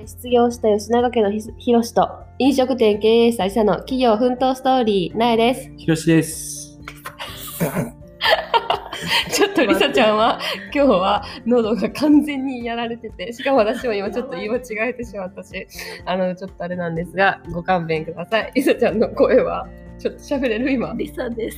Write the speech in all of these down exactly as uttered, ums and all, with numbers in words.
失業した吉永家のひひろしと飲食店経営者伊佐の企業奮闘ストーリーなえです。 ひろしです。 ちょっとりさちゃんは今日は喉が完全にやられてて、しかも私も今ちょっと言い間違えてしまったし、あのちょっとあれなんですがご勘弁ください。りさちゃんの声はちょっと喋れる今。 りさです。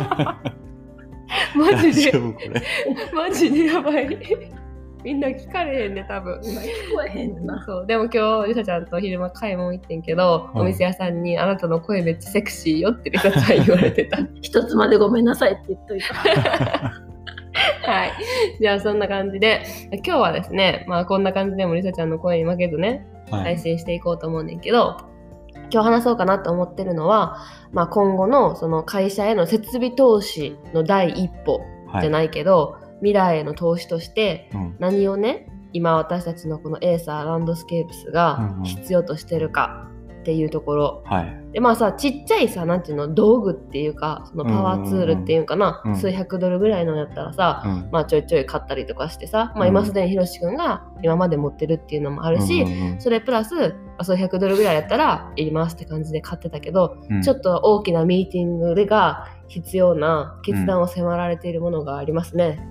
マジで大丈夫これマジでやばい。みんな聞かれへんね多分。 今聞こえへんな。 そうでも今日りさちゃんと昼間買い物行ってんけど、うん、お店屋さんにあなたの声めっちゃセクシーよってりさちゃん言われてた。 一つまでごめんなさいって言っといた。 はい。じゃあそんな感じで今日はですね、まあこんな感じでもりさちゃんの声に負けずね、はい、配信していこうと思うねんけど、今日話そうかなと思ってるのは、まあ、今後のその会社への設備投資の第一歩じゃないけど、はい、未来への投資として何をね、うん、今私たちのこのエーサーランドスケープスが必要としてるかっていうところ、うんうん、でまあさちっちゃいさなんていうの道具っていうかそのパワーツールっていうかな、うんうんうん、数百ドルぐらいのやったらさ、うん、まあちょいちょい買ったりとかしてさ、まあ、今すでにひろしくんが今まで持ってるっていうのもあるし、うんうんうん、それプラス数百ドルぐらいやったらいりますって感じで買ってたけど、うん、ちょっと大きなミーティングが必要な決断を迫られているものがありますね、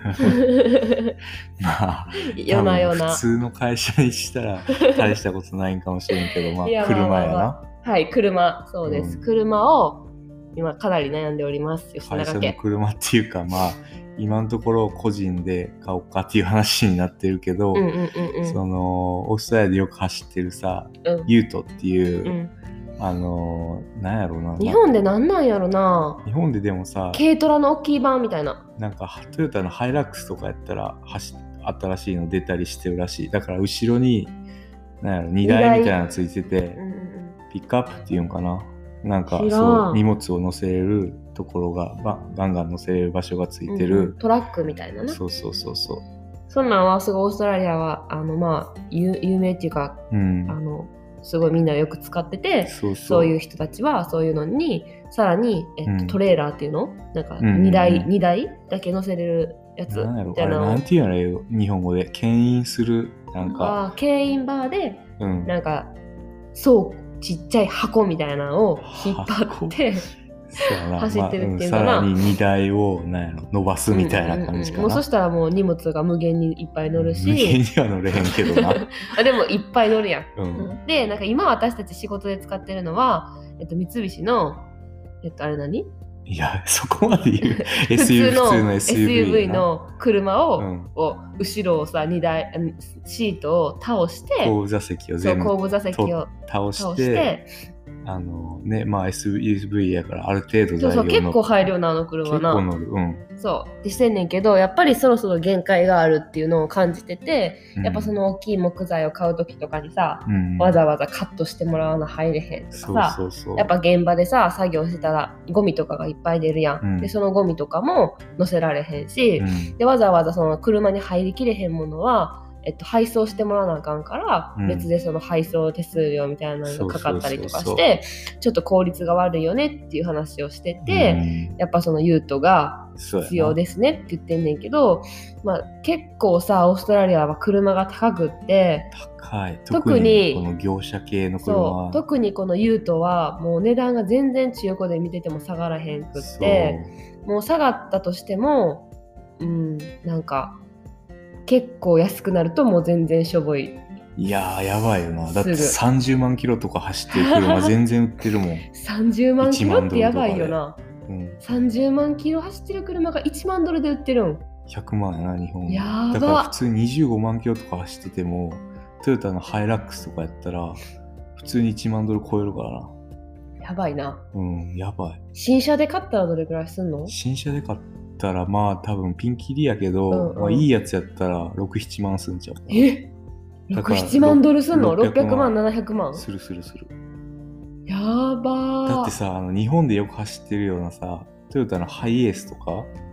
うん、まあようなような普通の会社にしたら大したことないんかもしれんけどまあ車やな、まあまあまあ、 はい車そうです、うん、車を今かなり悩んでおります。吉永家会社の車っていうかまあ今のところ個人で買おうかっていう話になってるけど、うんうんうんうん、そのオーストラリアでよく走ってるさ、うん、ユートっていう、うん、あのなんやろうな日本でなんなんやろな日本ででもさ軽トラの大きい版みたいななんかトヨタのハイラックスとかやったら走新しいの出たりしてるらしい。だから後ろになんやろ荷台みたいなのついてて、うんうん、ピックアップっていうんかななんかそう荷物を乗せれるところがガンガン乗せれる場所がついてる、 うん、トラックみたいなね。 そうそうそうそうそんなんはすごいオーストラリアはあのまあ 有, 有名っていうか、うん、あのすごいみんなよく使っててそうそうそういう人たちはそういうのにさらに、えっとうん、トレーラーっていうのなんかにだい、うんうん、にだいだけ乗せれるやつみたいなのなんていうのよ日本語で牽引するなんか牽引バーで、うん、なんかそうちっちゃい箱みたいなのを引っ張って走ってるっていうかな、まあうん、さらに荷台をなんやろ伸ばすみたいな感じかな、 うんうんうん、もうそしたらもう荷物が無限にいっぱい乗るし、 無限には乗れへんけどなあでもいっぱい乗るやん、 うん、 でなんか今私たち仕事で使ってるのは、えっと、三菱のえっとあれ何いやそこまで言う普通の普通の エスユーブイエスユーブイ の車を、うん、を後ろをさにだいシートを倒して後部座席を全部後部座席を倒して、倒してあのねまあ エスユーブイ やからある程度そうそう結構入るよなあの車な結構乗るうんそうってしてんねんけどやっぱりそろそろ限界があるっていうのを感じてて、うん、やっぱその大きい木材を買う時とかにさ、うん、わざわざカットしてもらわな入れへんとかさそうそうそうやっぱ現場でさ作業してたらゴミとかがいっぱい出るやん、うん、でそのゴミとかも乗せられへんし、うん、でわざわざその車に入りきれへんものはえっと、配送してもらわなあかんから、うん、別でその配送手数料みたいなのがかかったりとかしてちょっと効率が悪いよねっていう話をしてて、うん、やっぱそのユートが必要ですねって言ってんねんけど、まあ、結構さオーストラリアは車が高くって高い特にこの業者系の車はそう特にこのユートはもう値段が全然中古で見てても下がらへんくってもう下がったとしてもうんなんか結構安くなるともう全然しょぼい。 いやーやばいよな。だってさんじゅうまんキロとか走ってる車全然売ってるもんさんじゅうまんキロってやばいよな、うん、さんじゅうまんキロ走ってる車がいちまんドルで売ってるんひゃくまんやな日本やばだから普通ににじゅうごまんキロとか走っててもトヨタのハイラックスとかやったら普通にいちまんドル超えるからな。 やばいな。 うんやばい。 新車で買ったらどれくらいすんの？ 新車で買ったらまあ多分ピンキリやけど、うんうんまあ、いいやつやったらろく、ななまんすんちゃうかな。 え ろく、ななまんドルすんの？ろっぴゃくまんななひゃくまんするするする。 やばー。 だってさあの日本でよく走ってるようなさトヨタのハイエースとか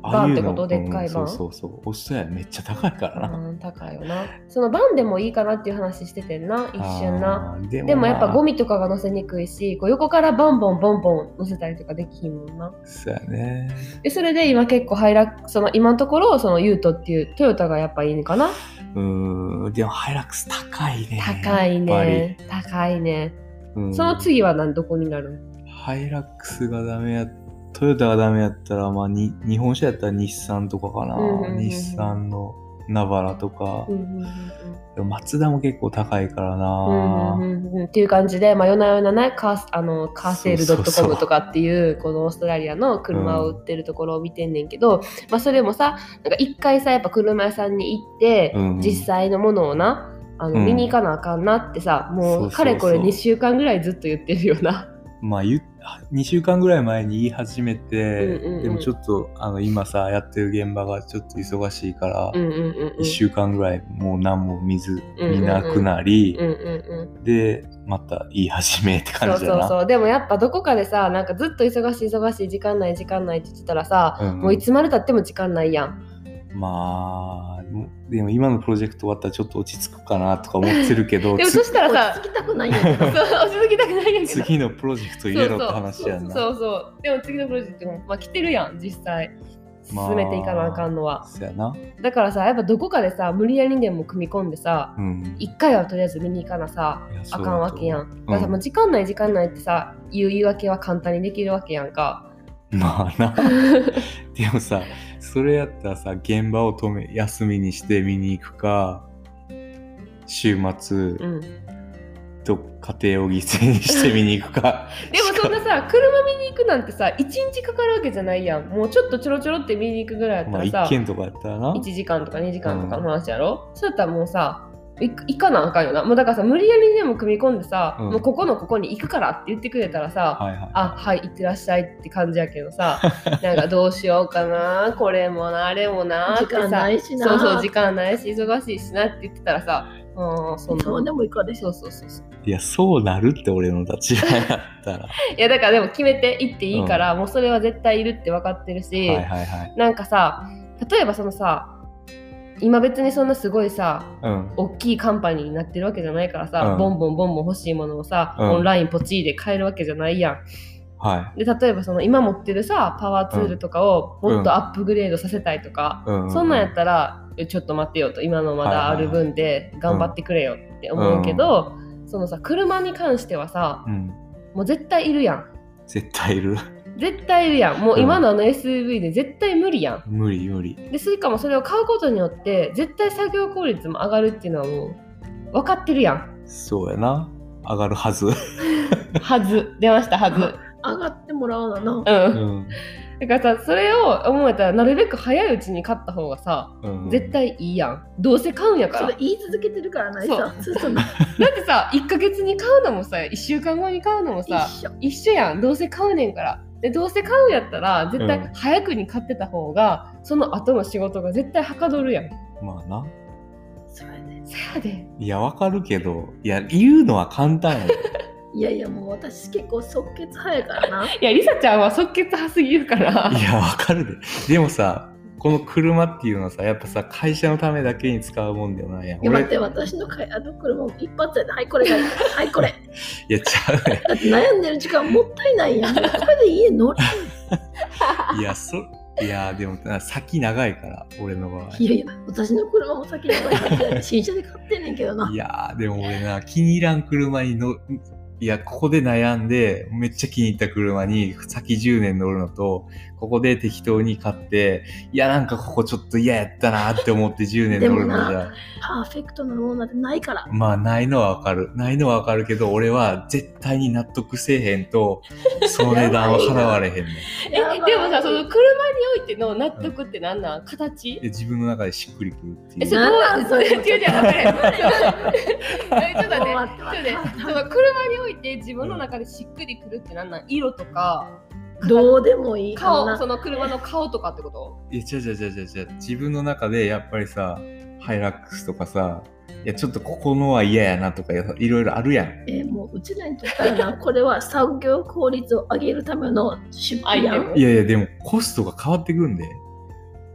バンってことでっかいバン、 うん、そうそうそうおそうやめっちゃ高いからな、 うん、高いよな。そのバンでもいいかなっていう話しててんな一瞬な。でも、 でもやっぱゴミとかが乗せにくいし、こう横からバンボンボンボン乗せたりとかできひんもんな。 そうやね。 でそれで今結構ハイラックその今のところそのユートっていうトヨタがやっぱいいのかな。 うーんでもハイラックス高いね。 高いね高いね、うん、その次は何どこになる？ ハイラックスがダメやトヨタがダメやったら、まあ、に日本車やったら日産とかかな、うんうんうん、日産のナバラとか、うんうんうん、でもマツダも結構高いからな、 うんうんうん、っていう感じで、まあ、夜な夜なねカー、あのカーセール ドットコム とかっていうこのオーストラリアの車を売ってるところを見てんねんけど、うんまあ、それもさなんか一回さやっぱ車屋さんに行って、うん、実際のものをなあの、うん、見に行かなあかんなってさもうかれこれにしゅうかんぐらいずっと言ってるよな。 まあ、にしゅうかんぐらい前に言い始めて、うんうんうん、でもちょっとあの今さやってる現場がちょっと忙しいから、うんうんうんうん、いっしゅうかんぐらいもう何も見ず見なくなり、うんうんうん、でまた言い始めって感じだな。 そうそうそうでもやっぱどこかでさなんかずっと忙しい忙しい時間ない時間ないって言ってたらさ、うんうん、もういつまでたっても時間ないやん。 まあでも今のプロジェクト終わったらちょっと落ち着くかなとか思ってるけどでもそしたらさ落ち着きたくないんやけどそう落ち着きたくないんやけど次のプロジェクト入れろって話やんな。 そうそうそうそうでも次のプロジェクトも、まあ、来てるやん実際進めていかなあかんのは、まあ、 そうやな。 だからさやっぱどこかでさ無理やりでも組み込んでさ一、うん、回はとりあえず見に行かなさあかんわけやん。だからさ、うん、もう時間ない時間ないってさ言う言い訳は簡単にできるわけやんか。 まあなでもさそれやったらさ現場を止め休みにして見に行くか週末、うん、と家庭を犠牲にして見に行くかでもそんなさ車見に行くなんてさいちにちかかるわけじゃないやん。もうちょっとちょろちょろって見に行くぐらいやったらさ、 まあ、いっけんとかやったらないちじかんとかにじかんとかの話やろ、うん、そうやったらもうさ行かなあかんよな。もうだからさ無理やりでも組み込んでさ、うん、もうここのここに行くからって言ってくれたらさ、はいはい、あはい行ってらっしゃいって感じやけどさなんかどうしようかなこれもなあれもなってさ時間ないしなそうそう時間ないし忙しいしなって言ってたらさうんそんなでもいかでそうそうそうそういやそうなるって俺の立場やったらいやだからでも決めて行っていいから、うん、もうそれは絶対いるって分かってるし、 はいはいはい、 なんかさ例えばそのさ今別にそんなすごいさ、うん、大きいカンパニーになってるわけじゃないからさ、うん、ボンボンボンボン欲しいものをさ、うん、オンラインポチーで買えるわけじゃないやん、 はい、 で例えばその今持ってるさパワーツールとかをもっとアップグレードさせたいとか、うん、そんなんやったらちょっと待ってよと今のまだある分で頑張ってくれよって思うけど、うん、そのさ車に関してはさ、うん、もう絶対いるやん。 絶対いる絶対いるやん。もう今のあの エスユーブイ で絶対無理やん、 うん、無理無理でしかもそれを買うことによって絶対作業効率も上がるっていうのはもう分かってるやん。 そうやな上がるはずはず出ましたはず上がってもらうのな、うん、うん、だからさそれを思えたらなるべく早いうちに買った方がさ、うん、絶対いいやん。どうせ買うんやから。 それ言い続けてるからないさそうそうだってさいっかげつに買うのもさいっしゅうかんごに買うのもさ一緒一緒やん。どうせ買うねんから。でどうせ買うんやったら絶対早くに買ってた方が、うん、その後の仕事が絶対はかどるやん。 まあなそうやねそうやで。 いやわかるけどいや言うのは簡単やでいやいやもう私結構即決派やからな。 いやりさちゃんは即決派すぎるから。 いやわかるで。でもさこの車っていうのはさやっぱさ会社のためだけに使うもんではないやん。 いや待って私の会あの車も一発やではいこれがはいこれいやちゃうねだって悩んでる時間もったいないやん。これで家乗るいやそいやでも先長いから俺の場合。 いやいや私の車も先長いから新車で買ってんねんけどな。 いやでも俺な気に入らん車にのいやここで悩んでめっちゃ気に入った車に先じゅうねん乗るのとここで適当に買っていやなんかここちょっと嫌やったなって思ってじゅうねん乗るのじゃパーフェクトなものなんてないから。 まあないのはわかるないのはわかるけど俺は絶対に納得せえへんとその値段は払われへんねんえでもさその車においての納得って何なん、うん、形で自分の中でしっくりくるっていう。 えそこはそういう違う違う分かれへんちょっと待ってちょっとねその車において自分の中でしっくりくるって何なん色とかどうでもいい顔その車の顔とかってこと？ いや違う違う違う違う自分の中でやっぱりさハイラックスとかさいやちょっとここのは嫌やなとかいろいろあるやん。 えー、もううちらにとったらなこれは作業効率を上げるための出費やん。 いやいやでもコストが変わってくるんで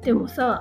でもさ、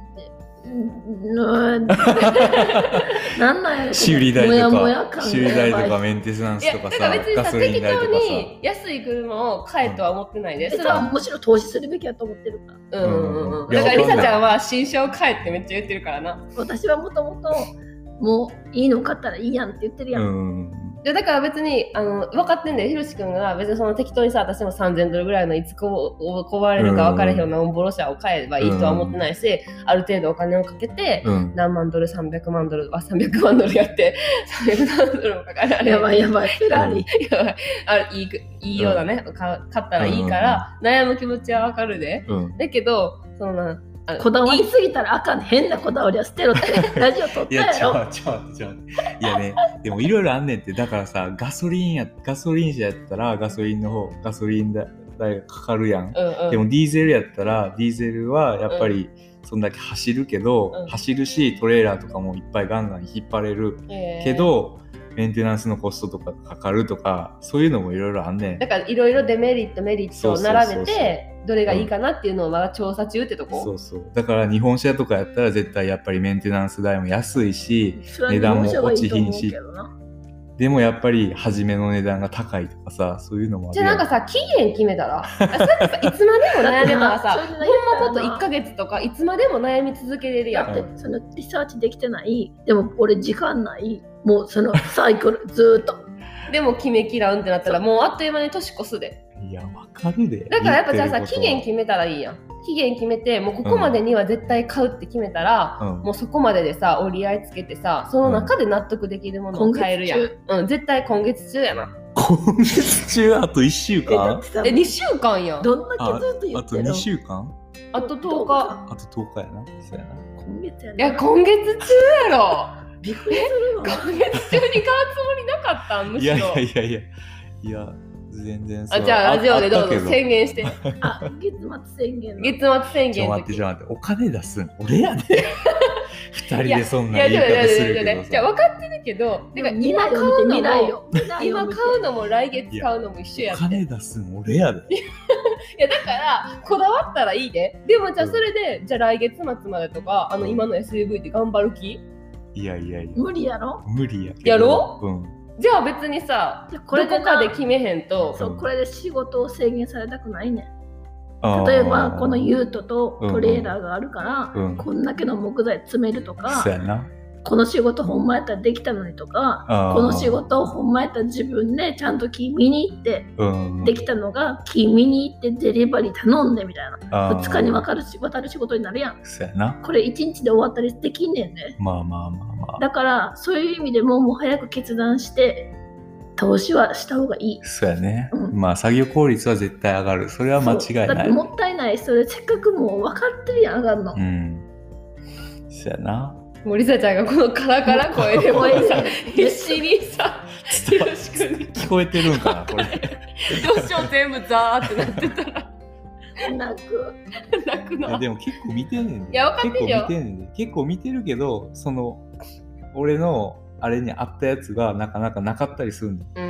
なんなんや修理代とかもやもや感が修理代とかメンテナンスとかさ、ガソリン代とかさ、 適当に安い車を買えとは思ってないで、 それはむしろ投資するべきやと思ってるから。 うんうんうん。だからリサちゃんは新車を買えってめっちゃ言ってるからな。 私はもともともういいの買ったらいいやんって言ってるやん。 うんでだから別にあの分かってんだよ、ひろし君が別にその適当にさ、私もさんぜんドルぐらいのいつこ壊れるか分からへんようなオンボロ車を買えばいいとは思ってないし、うん、ある程度お金をかけて、うん、何万ドルさんびゃくまんドルはさんびゃくまんドルやってさんびゃくまんドルもかかるあれやばいやばいフェラーリやばいあれいい、いいようだね、うん、買ったらいいから、うん、悩む気持ちは分かるで、うん、だけどそのなこだわりすぎたらあかん、変なこだわりは捨てろってラジオ撮ったやろ。いやちょちょちょいやね、でもいろいろあんねんって。だからさ、ガソリンやガソリン車やったらガソリンの方ガソリン代がかかるやん、うんうん、でもディーゼルやったらディーゼルはやっぱりそんだけ走るけど、うん、走るしトレーラーとかもいっぱいガンガン引っ張れる、えー、けどメンテナンスのコストとかかかるとか、そういうのもいろいろあんねん。 だからいろいろデメリットメリットを並べてどれがいいかなっていうのをまだ調査中ってとこ、 そうそうだから日本車とかやったら絶対やっぱりメンテナンス代も安いし値段も落ちひんし、でもやっぱり初めの値段が高いとかさ、そういうのもある。 じゃあなんかさ期限決めたらそれさいつまでも悩めたらさほんまもっといっかげつとかいつまでも悩み続けれるやん。 だってそのリサーチできてない、でも俺時間ないもうそのサイクルずーっとでも決めきらんってなったらもうあっという間に年越すで。 いやわかるで。 だからやっぱじゃあさ期限決めたらいいやん。期限決めてもうここまでには絶対買うって決めたら、うん、もうそこまででさ折り合いつけてさその中で納得できるものを買えるやん、うん、絶対今月中やな。 今月中あといっしゅうかんえにしゅうかんやん。 どんだけずっと言ってるの。 あとにしゅうかんあととおかあととおかやな。そうやな。 今月やな。 いや今月中やろびっくりするわ。 今月中に買うつもりなかったんむしろ。 いやいやいやいやいや全然そう。 あじゃあラジオでどうぞ宣言して。 あ月末宣言。 月末宣言。 ちょ待ってちょ待ってお金出すん俺やで。二人でそんな言い方するけどさ。 じゃあ分かってるけど、てか今買うのも今買うのも来月買うのも一緒やって。 お金出すん俺やで。 いやだからこだわったらいいで。でもじゃあそれで、うん、じゃあ来月末までとかあの今の エスユーブイ で頑張る気？ いやいやいや。 無理やろ？ 無理やけど。 やろ？ うん。 じゃあ別にさ、これどこかで決めへんと、 そうこれで仕事を制限されたくないねん。例えばこのユートとトレーラーがあるから、うんうん、こんだけの木材詰めるとか、 そうやな。 この仕事ほんまやったらできたのにとか、この仕事をほんまやったら自分でちゃんと君に行ってできたのが君に行ってデリバリー頼んでみたいなふつかにわかるし渡る仕事になるやん。 そうやな。 これいちにちで終わったりできんねんね。 まあまあまあまあ。 だからそういう意味でももう早く決断して投資はした方がいい。 そうやね、うん、まあ作業効率は絶対上がる。それは間違いない。 だってもったいない。それせっかくもう分かってるやん上がるの。 うんそうやな。 もうリサちゃんがこのカラカラ声でもさ必死にさひろしくんに聞こえてるんかなこれ。 どうしよう全部ザーってなってたら泣く泣くの。 でも結構見てんねんで。 いや分かってるよ。 結構見てんねんで。結構見てるけどその俺のあれに合ったやつがなかなかなかったりするんだ、うん、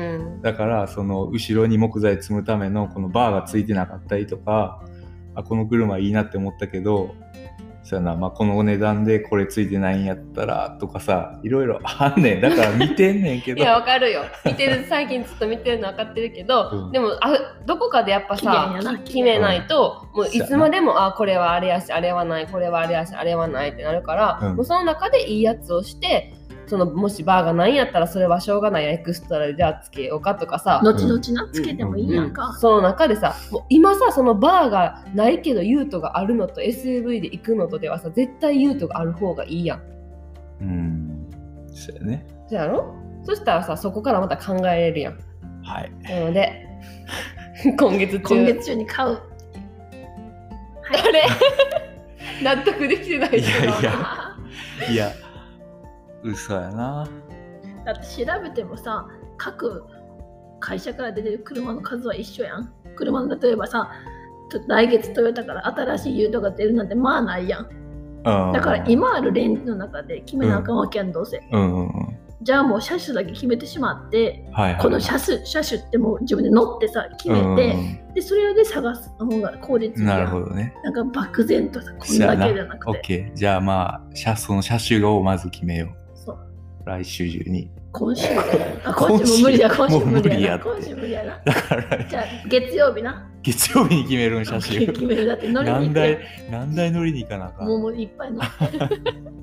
だからその後ろに木材積むためのこのバーがついてなかったりとか、あこの車いいなって思ったけどそうやな、まあ、このお値段でこれついてないんやったらとかさいろいろあんねん。だから見てんねんけどいやわかるよ見てる最近ずっと見てるの分かってるけど、うん、でもあどこかでやっぱさ決めないと、うん、もういつまでもあこれはあれやしあれはないこれはあれやしあれはないってなるから、うん、もうその中でいいやつをしてそのもしバーがないんやったらそれはしょうがないやエクストラでじゃあつけようかとかさ後々なつけてもいいやんか、 うんうん、その中でさもう今さそのバーがないけどユートがあるのと エスユーブイ で行くのとではさ絶対ユートがある方がいいやん。 うんそうやね。 そうやろ。そしたらさそこからまた考えれるやん。 はい。 なので今月中今月中に買う、はい、 あれ納得できてないけど。いやいやいや嘘やな。 だって調べてもさ各会社から出てる車の数は一緒やん。車の例えばさ来月トヨタから新しいユートが出るなんてまあないやん。だから今あるレンジの中で決めなあかんわけやん、うん、どうせ、 うんうんうん、 じゃあもう車種だけ決めてしまって、 はいはいはい、 この車種車種ってもう自分で乗ってさ決めて、うんうん、でそれで探す方が効率いい。 なるほどね。 なんか漠然とさこんだけじゃなくて。 オッケー。じゃあまあ車その車種をまず決めよう。 そう。 来週中に。 今週あ今週も無理だ今週無理やな今週無理やな。 だからじゃあ月曜日な。 月曜日に決めるん車種。 決めるだって乗りに行く。 何台何台乗りに行かなあかん。 もうもういっぱい乗ってる。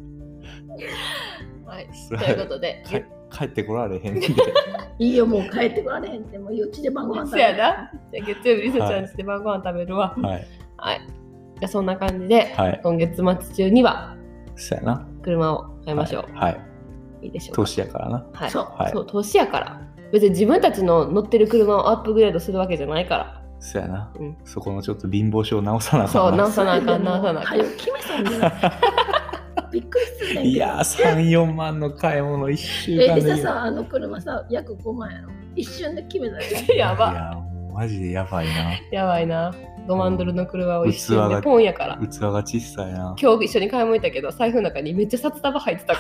はい。ということで。 帰ってこられへんでいいよもう帰ってこられへんってもううちで晩ご飯食べる。 そうやな。じゃあ月曜日りさちゃんちで晩ご飯食べるわ。 はい。 はい。じゃあそんな感じで、 はい、 今月末中にはそうやな車を買いましょう。 はい。はい、 いいでしょうか。 投資やからな。 はい。 そう、 はい、そう投資やから。別に自分たちの乗ってる車をアップグレードするわけじゃないから。 そうやな。うん、そこのちょっと貧乏症直さなあかんな。 そう直さなあかん直さなあかん。 はい。決めそうにな。びっくりするねんけど。 いやーさん、よんまんの買い物一週間で。 え、でさ、あの車さ、約ごまんやろ。一瞬で決めたよ。 やば。 いやもうマジでやばいな。 やばいな。ごまんドルの車を一瞬でポンやから。 器が小さいな。 今日一緒に買い物行ったけど、財布の中にめっちゃ札束入ってたから。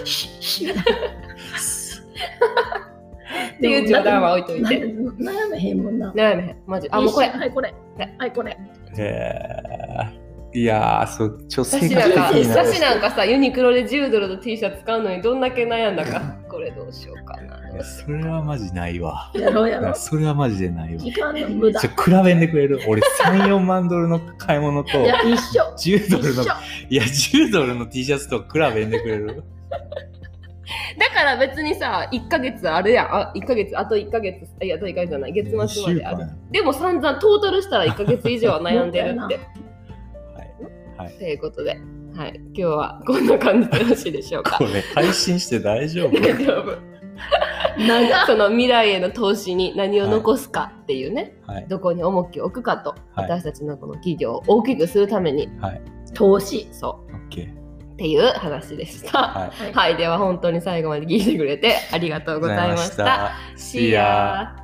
っていう冗談は置いといて。 悩めへんもんな。 悩めへん。マジ。あ、もうこれ。 はいこれ。はいこれ。 へー。いやー、そう、ちょっと私なんか、私なんかさ、ユニクロでじゅうドルの T シャツ買うのにどんだけ悩んだか。これどうしようかな。 それはマジないわ。 やろうやろう。 それはマジでないわ。 時間の無駄。 ちょ、比べんでくれる？俺さん、よんまんドルの買い物と、 いや、一緒。 じゅうドルの、いや、じゅうドルの T シャツと比べんでくれる？ だから別にさ、いっかげつあるやん。あ、いっかげつ、あといっかげつ、いや、あといっかげつじゃない、月末まである。でも散々トータルしたらいっかげつ以上は悩んでるって。はい。ということで、はい、今日はこんな感じでよろしいでしょうか。 これ配信して大丈夫？ 大丈夫。その未来への投資に何を残すかっていうね、はい、どこに重きを置くかと、はい、私たちのこの企業を大きくするために、はい、投資そう、 OK、 っていう話でした。はい、はい、では本当に最後まで聞いてくれてありがとうございました。See ya。